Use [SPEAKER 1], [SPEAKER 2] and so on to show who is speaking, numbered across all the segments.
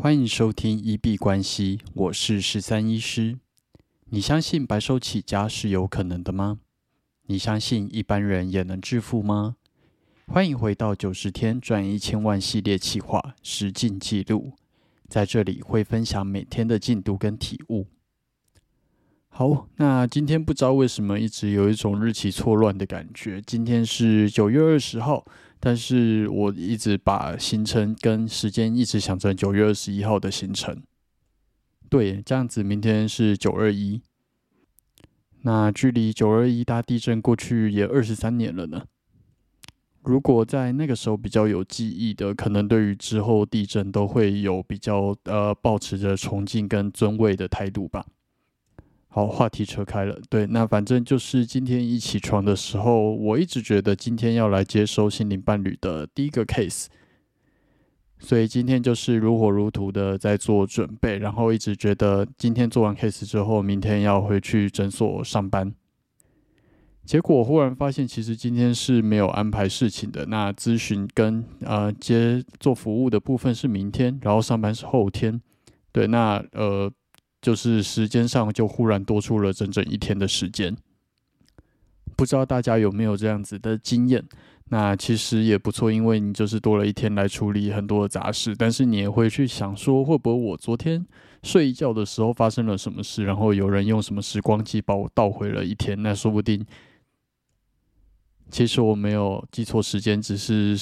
[SPEAKER 1] 欢迎收听一币关系，我是13医师。你相信白手起家是有可能的吗？你相信一般人也能致富吗？欢迎回到90天赚1000万系列企划实进记录，在这里会分享每天的进度跟体悟。好，那今天不知道为什么一直有一种日期错乱的感觉。今天是9月20号，但是我一直把行程跟时间一直想成9月21号的行程。对，这样子明天是921。那距离921大地震过去也23年了呢。如果在那个时候比较有记忆的，可能对于之后地震都会有比较抱持着崇敬跟尊畏的态度吧。好，话题扯开了。对，那反正就是今天一起床的时候，我一直觉得今天要来接收心灵伴侣的第一个 case， 所以今天就是如火如荼的在做准备，然后一直觉得今天做完 case 之后，明天要回去诊所上班。结果我忽然发现，其实今天是没有安排事情的。那咨询跟做服务的部分是明天，然后上班是后天。对，那就是时间上就忽然多出了整整1天的时间，不知道大家有没有这样子的经验？那其实也不错，因为你就是多了1天来处理很多的杂事，但是你也会去想说，会不会我昨天睡一觉的时候发生了什么事，然后有人用什么时光机把我倒回了1天？那说不定其实我没有记错时间，只是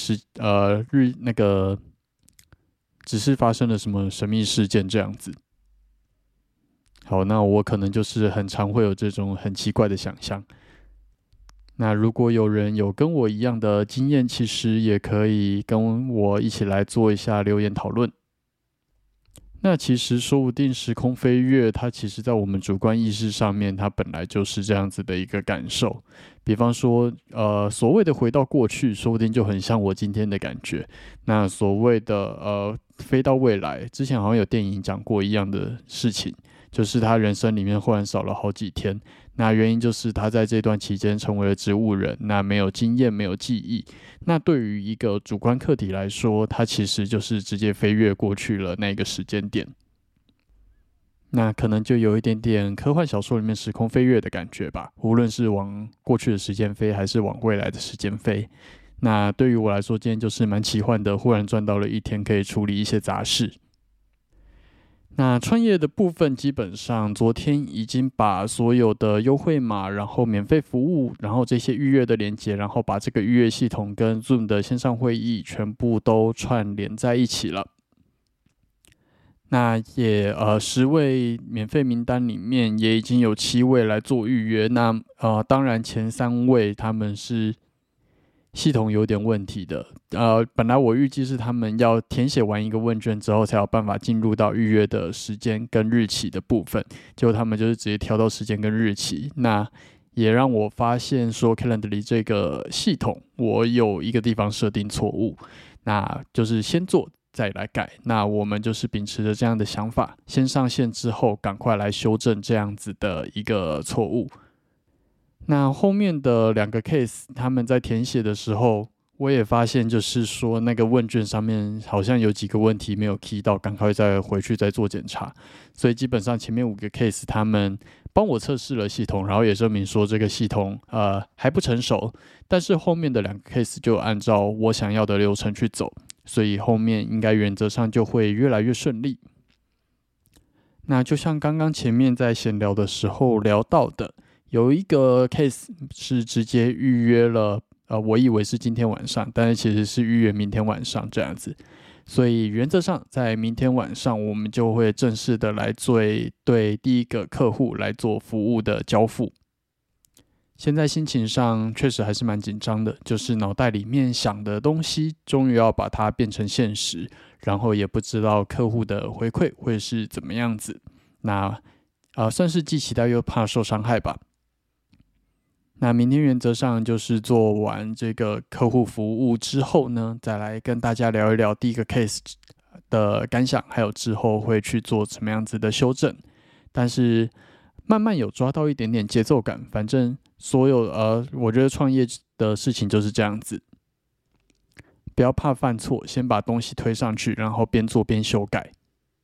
[SPEAKER 1] 只是发生了什么神秘事件这样子。好，那我可能就是很常会有这种很奇怪的想象。那如果有人有跟我一样的经验，其实也可以跟我一起来做一下留言讨论。那其实说不定时空飞跃，它其实在我们主观意识上面，它本来就是这样子的一个感受。比方说，所谓的回到过去，说不定就很像我今天的感觉。那所谓的飞到未来，之前好像有电影讲过一样的事情。就是他人生里面忽然少了好几天，那原因就是他在这段期间成为了植物人，那没有经验，没有记忆。那对于一个主观课题来说，他其实就是直接飞跃过去了那个时间点。那可能就有一点点科幻小说里面时空飞跃的感觉吧，无论是往过去的时间飞，还是往未来的时间飞。那对于我来说，今天就是蛮奇幻的，忽然赚到了1天可以处理一些杂事。那创业的部分，基本上昨天已经把所有的优惠码，然后免费服务，然后这些预约的连结，然后把这个预约系统跟 Zoom 的线上会议全部都串联在一起了。那也10位免费名单里面也已经有7位来做预约。那当然前3位他们是系统有点问题的，本来我预计是他们要填写完一个问卷之后，才有办法进入到预约的时间跟日期的部分，结果他们就是直接挑到时间跟日期。那也让我发现说 Calendly 这个系统，我有一个地方设定错误，那就是先做再来改。那我们就是秉持着这样的想法，先上线之后，赶快来修正这样子的一个错误。那后面的2个 case， 他们在填写的时候，我也发现就是说那个问卷上面好像有几个问题没有 key 到，赶快再回去再做检查。所以基本上前面5个 case 他们帮我测试了系统，然后也证明说这个系统还不成熟，但是后面的2个 case 就按照我想要的流程去走，所以后面应该原则上就会越来越顺利。那就像刚刚前面在闲聊的时候聊到的，有一个 case 是直接预约了，我以为是今天晚上，但是其实是预约明天晚上这样子。所以原则上在明天晚上，我们就会正式的来对第一个客户来做服务的交付。现在心情上确实还是蛮紧张的，就是脑袋里面想的东西，终于要把它变成现实，然后也不知道客户的回馈会是怎么样子。那算是既期待又怕受伤害吧。那明天原则上就是做完这个客户服务之后呢，再来跟大家聊一聊第一个 case 的感想，还有之后会去做什么样子的修正。但是慢慢有抓到一点点节奏感，反正所有我觉得创业的事情就是这样子，不要怕犯错，先把东西推上去，然后边做边修改。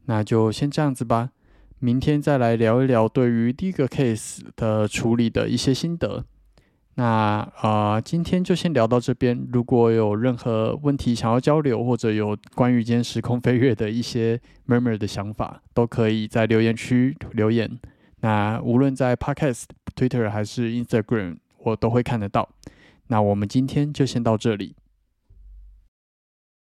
[SPEAKER 1] 那就先这样子吧，明天再来聊一聊对于第一个 case 的处理的一些心得。那今天就先聊到这边。如果有任何问题想要交流，或者有关于今天时空飞跃的一些 murmur 的想法，都可以在留言区留言。那无论在 Podcast、Twitter 还是 Instagram，我都会看得到。那我们今天就先到这里。